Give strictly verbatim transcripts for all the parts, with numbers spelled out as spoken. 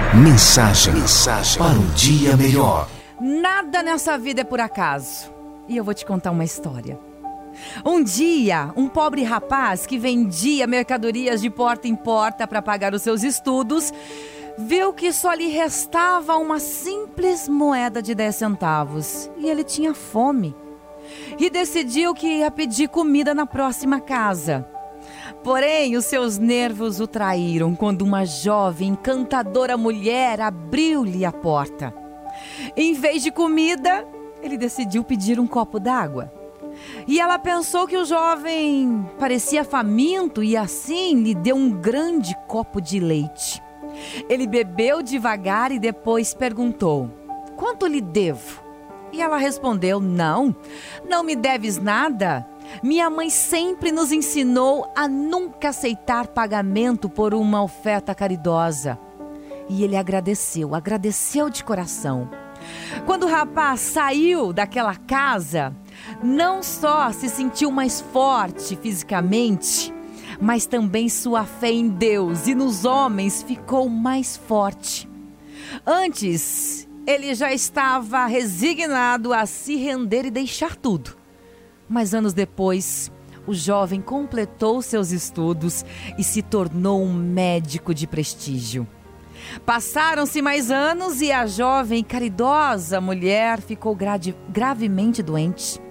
Mensagem, Mensagem para um dia melhor. Nada nessa vida é por acaso. E eu vou te contar uma história. Um dia, um pobre rapaz que vendia mercadorias de porta em porta para pagar os seus estudos, viu que só lhe restava uma simples moeda de dez centavos. E ele tinha fome. E decidiu que ia pedir comida na próxima casa. Porém, os seus nervos o traíram quando uma jovem, encantadora mulher abriu-lhe a porta. Em vez de comida, ele decidiu pedir um copo d'água. E ela pensou que o jovem parecia faminto e assim lhe deu um grande copo de leite. Ele bebeu devagar e depois perguntou: "Quanto lhe devo?" E ela respondeu: "Não, não me deves nada. Minha mãe sempre nos ensinou a nunca aceitar pagamento por uma oferta caridosa." E ele agradeceu, agradeceu de coração. Quando o rapaz saiu daquela casa, não só se sentiu mais forte fisicamente, mas também sua fé em Deus e nos homens ficou mais forte. Antes, ele já estava resignado a se render e deixar tudo. Mas anos depois, o jovem completou seus estudos e se tornou um médico de prestígio. Passaram-se mais anos e a jovem caridosa mulher ficou grave, gravemente doente.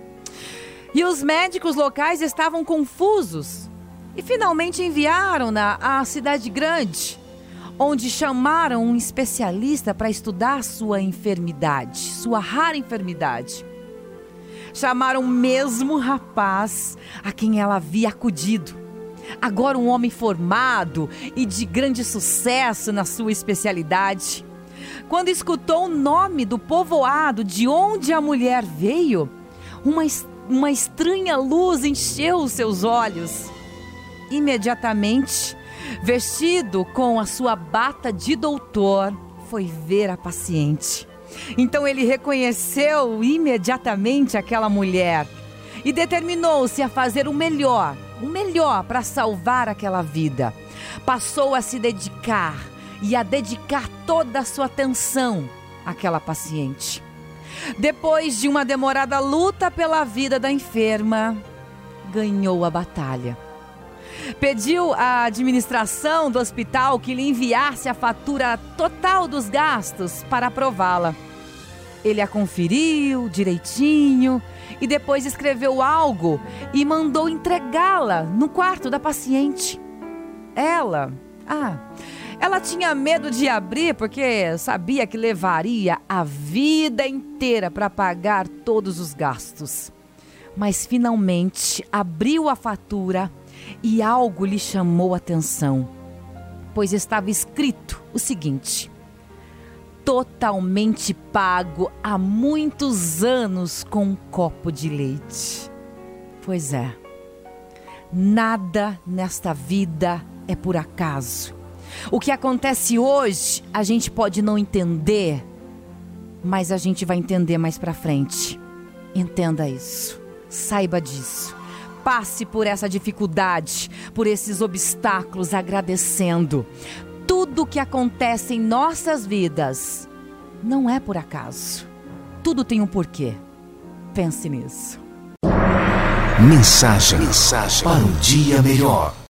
E os médicos locais estavam confusos e finalmente enviaram-na à cidade grande, onde chamaram um especialista para estudar sua enfermidade, sua rara enfermidade. Chamaram o mesmo rapaz a quem ela havia acudido. Agora um homem formado e de grande sucesso na sua especialidade. Quando escutou o nome do povoado de onde a mulher veio, uma, uma estranha luz encheu os seus olhos. Imediatamente, vestido com a sua bata de doutor, foi ver a paciente. Então ele reconheceu imediatamente aquela mulher e determinou-se a fazer o melhor, o melhor para salvar aquela vida. Passou a se dedicar e a dedicar toda a sua atenção àquela paciente. Depois de uma demorada luta pela vida da enferma, ganhou a batalha. Pediu à administração do hospital que lhe enviasse a fatura total dos gastos para aprová-la. Ele a conferiu direitinho e depois escreveu algo e mandou entregá-la no quarto da paciente. Ela, ah, ela tinha medo de abrir porque sabia que levaria a vida inteira para pagar todos os gastos. Mas finalmente abriu a fatura e algo lhe chamou a atenção, pois estava escrito o seguinte: totalmente pago há muitos anos com um copo de leite. Pois é, nada nesta vida é por acaso. O que acontece hoje a gente pode não entender, mas a gente vai entender mais pra frente. Entenda isso, saiba disso. Passe por essa dificuldade, por esses obstáculos agradecendo. Tudo que acontece em nossas vidas não é por acaso. Tudo tem um porquê. Pense nisso. Mensagem, Mensagem para um dia melhor.